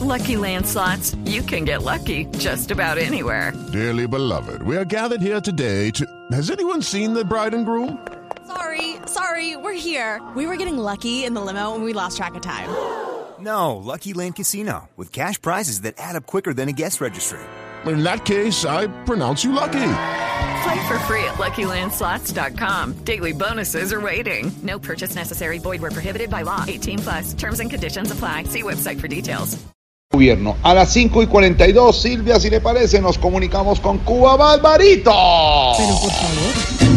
Lucky Land Slots, you can get lucky just about anywhere. Dearly beloved, we are gathered here today to... Has anyone seen the bride and groom? Sorry, we're here. We were getting lucky in the limo and we lost track of time. No, Lucky Land Casino, with cash prizes that add up quicker than a guest registry. In that case, I pronounce you lucky. Play for free at LuckyLandSlots.com. Daily bonuses are waiting. No purchase necessary. Void where prohibited by law. 18+. Terms and conditions apply. See website for details. Gobierno. A las 5:42, Silvia, si le parece, nos comunicamos con Cuba Barbarito. Pero por favor.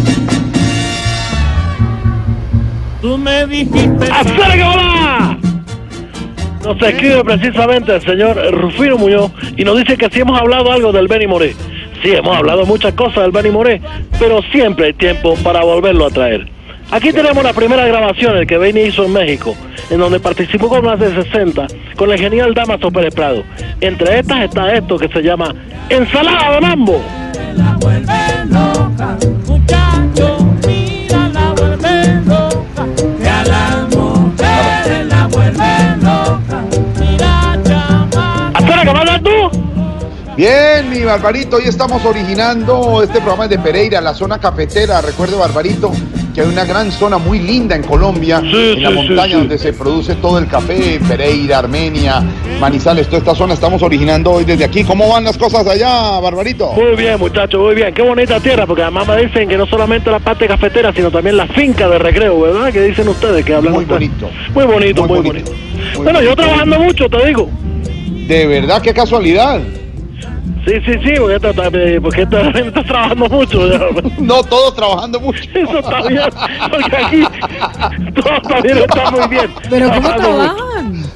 Tú me dijiste... ¡Hacer que volá! Nos escribe precisamente el señor Rufino Muñoz y nos dice que si hemos hablado algo del Benny Moré. Sí, hemos hablado muchas cosas del Benny Moré, pero siempre hay tiempo para volverlo a traer. Aquí tenemos la primera grabación que Benny hizo en México, en donde participó con más de 60, con el genial Damaso Pérez Prado. Entre estas está esto que se llama Ensalada de Mambo. La vuelve loca, muchacho, mira, la vuelve loca, que a las mujeres la vuelve loca, mira, chamaca. ¿Hasta la camada tú? Bien, mi Barbarito, hoy estamos originando este programa de Pereira, la zona cafetera. Recuerde, Barbarito, que hay una gran zona muy linda en Colombia, en la montaña donde se produce todo el café, Pereira, Armenia, Manizales, toda esta zona estamos originando hoy desde aquí. ¿Cómo van las cosas allá, Barbarito? Muy bien, muchachos, muy bien. Qué bonita tierra, porque además me dicen que no solamente la parte cafetera, sino también la finca de recreo, ¿verdad? ¿Qué dicen ustedes? Que hablan Muy ustedes. bonito. Muy bonito, muy bonito. Bueno, yo trabajando mucho, te digo. De verdad, qué casualidad. Sí, porque estás trabajando mucho. No, todos trabajando mucho. Eso está bien, porque aquí todos también están muy bien. ¿Pero cómo trabajan?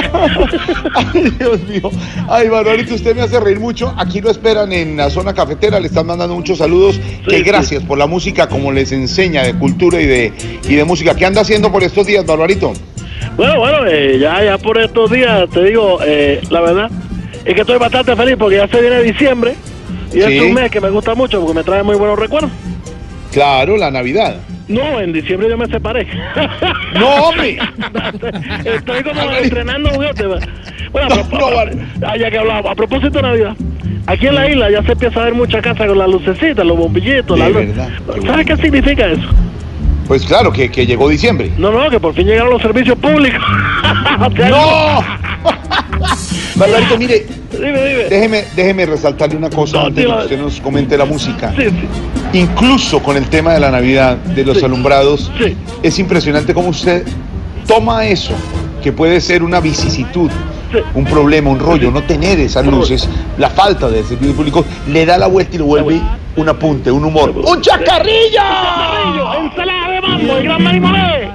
Ay, Dios mío. Ay, Barbarito, usted me hace reír mucho. Aquí lo esperan en la zona cafetera, le están mandando muchos saludos. Que gracias por la música, como les enseña, de cultura y de música. ¿Qué anda haciendo por estos días, Barbarito? Bueno, ya por estos días, te digo, la verdad, es que estoy bastante feliz porque ya se viene diciembre y es un mes que me gusta mucho porque me trae muy buenos recuerdos. Claro, la Navidad. No, en diciembre yo me separé. ¡No, hombre! Estoy como entrenando juguete. Bueno, ya que hablaba, a propósito de Navidad, aquí en la isla ya se empieza a ver mucha casa con las lucecitas, los bombillitos, la luz. ¿Sabes qué significa eso? Pues claro, que llegó diciembre. No, que por fin llegaron los servicios públicos. ¡No! Barbarito, mire, dime. Déjeme resaltarle una cosa antes de que usted nos comente la música. Sí. Incluso con el tema de la Navidad, de los alumbrados, es impresionante cómo usted toma eso, que puede ser una vicisitud, un problema, un rollo, no tener esas luces, la falta de servicio público, le da la vuelta y lo vuelve un apunte, un humor. ¡Un chacarrillo! ¡Ensalada de mambo, el gran Benny Moré!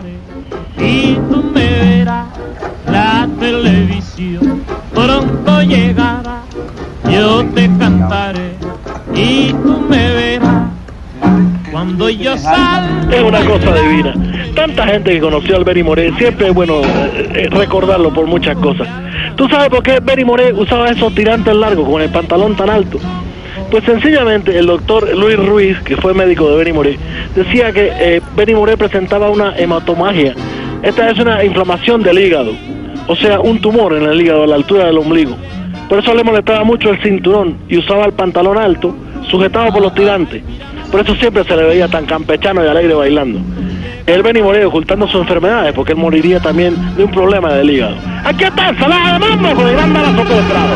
Y tú me verás, la televisión pronto llegará, yo te cantaré y tú me verás cuando yo salga. Es una cosa divina. Tanta gente que conoció al Benny Moré, siempre es bueno recordarlo por muchas cosas. ¿Tú sabes por qué Benny Moré usaba esos tirantes largos con el pantalón tan alto? Pues sencillamente el doctor Luis Ruiz, que fue médico de Benny Moré, decía que Benny Moré presentaba una hematomagia. Esta es una inflamación del hígado, o sea, un tumor en el hígado a la altura del ombligo. Por eso le molestaba mucho el cinturón y usaba el pantalón alto, sujetado por los tirantes. Por eso siempre se le veía tan campechano y alegre bailando. El Benny Moré ocultando sus enfermedades, porque él moriría también de un problema del hígado. Aquí está Ensalada de Mambo con el gran Damaso Pérez Prado.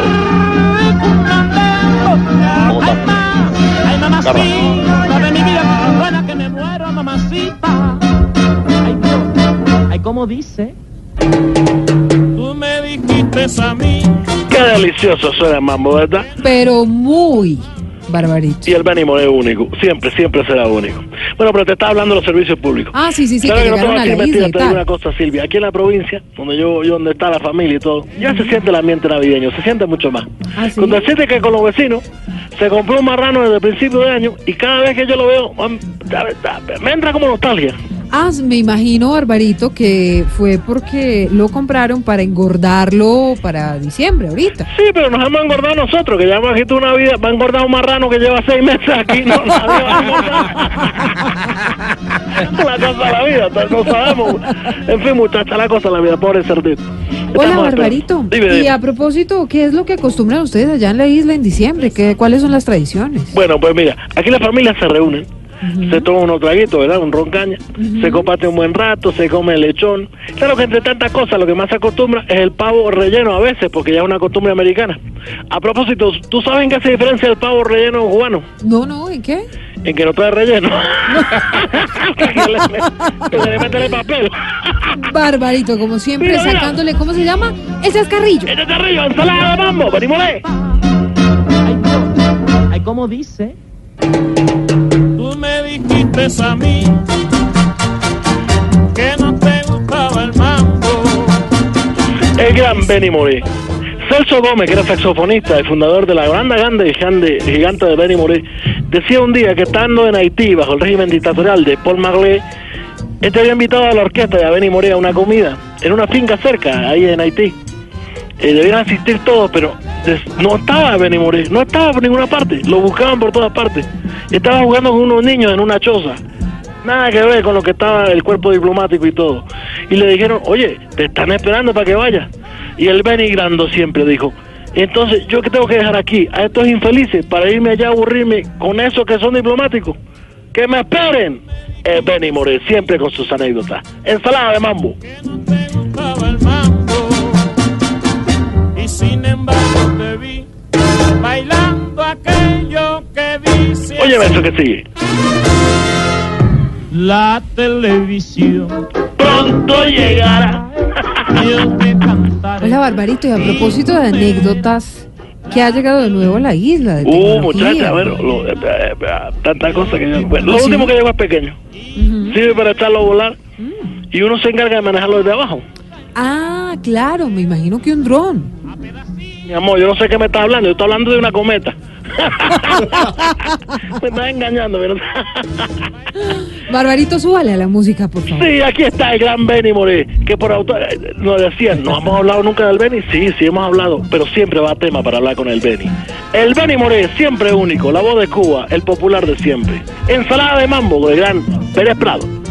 Ay, mamacita, de mi vida, buena que me muero, mamacita. Ay, ¿cómo dice? Tú me dijiste a mí. Qué delicioso suena el mambo, ¿verdad? Pero muy Barbarito. Y el Benny Moré único, siempre será único. Bueno, pero te estaba hablando de los servicios públicos. Ah, sí, que no llegaron a la isla y te digo tal. una cosa, Silvia, aquí en la provincia, donde está la familia y todo, ya se siente el ambiente navideño, se siente mucho más. ¿Ah, sí? Con decirte que con los vecinos se compró un marrano desde el principio de año y cada vez que yo lo veo, me entra como nostalgia. Me imagino, Barbarito, que fue porque lo compraron para engordarlo para diciembre, ahorita. Sí, pero nos hemos engordado nosotros, que llevamos aquí toda una vida. Va a engordar un marrano que lleva 6 meses aquí. No, nadie va a engordar. La cosa de la vida, no sabemos. En fin, muchacha, la cosa de la vida, pobre cerdito. Hola, Barbarito. Y a propósito, ¿qué es lo que acostumbran ustedes allá en la isla en diciembre? ¿Cuáles son las tradiciones? Bueno, pues mira, aquí las familias se reúnen. Se toma unos traguitos, ¿verdad? Un ron caña, se comparte un buen rato, se come el lechón. Claro que entre tantas cosas lo que más se acostumbra es el pavo relleno a veces, porque ya es una costumbre americana. A propósito, ¿tú sabes en qué se diferencia el pavo relleno cubano? No, ¿en qué? En que no trae relleno. que le meten el papel. Barbarito, como siempre, mira. Sacándole, ¿cómo se llama? El chascarrillo. El chascarrillo, ensalada de mambo, venimosle. Ay, ¿cómo dice? Tú me dijiste a mí que no te gustaba el mambo. El gran Benny Moré. Celso Gómez, que era saxofonista y fundador de la banda gigante de Benny Moré, decía un día que estando en Haití bajo el régimen dictatorial de Paul Marley, había invitado a la orquesta de Benny Moré a una comida en una finca cerca, ahí en Haití. Debían asistir todos, pero no estaba Benny Moré, no estaba por ninguna parte, lo buscaban por todas partes. Estaba jugando con unos niños en una choza, nada que ver con lo que estaba el cuerpo diplomático y todo. Y le dijeron, oye, te están esperando para que vayas. Y el Benny Grando siempre dijo, entonces yo que tengo que dejar aquí a estos infelices para irme allá a aburrirme con esos que son diplomáticos. Que me esperen. Benny Moré, siempre con sus anécdotas. Ensalada de mambo. Sin embargo te vi bailando aquello que dice. Óyeme eso que sigue. La televisión pronto llegará. Hola, Barbarito, y a propósito de anécdotas, ¿qué ha llegado de nuevo a la isla? Muchacha, a ver, tanta cosa que yo... Bueno, lo último que llegó es pequeño. Sirve para echarlo a volar y uno se encarga de manejarlo desde abajo. Ah, claro, me imagino que un dron. Mi amor, yo no sé qué me estás hablando, yo estoy hablando de una cometa. Me estás engañando, ¿verdad? Barbarito, súbale a la música, por favor. Sí, aquí está el gran Benny Moré, que por autor nos decían, no hemos hablado nunca del Benny. Sí, hemos hablado, pero siempre va a tema para hablar con el Benny. El Benny Moré, siempre único, la voz de Cuba, el popular de siempre. Ensalada de mambo del gran Pérez Prado.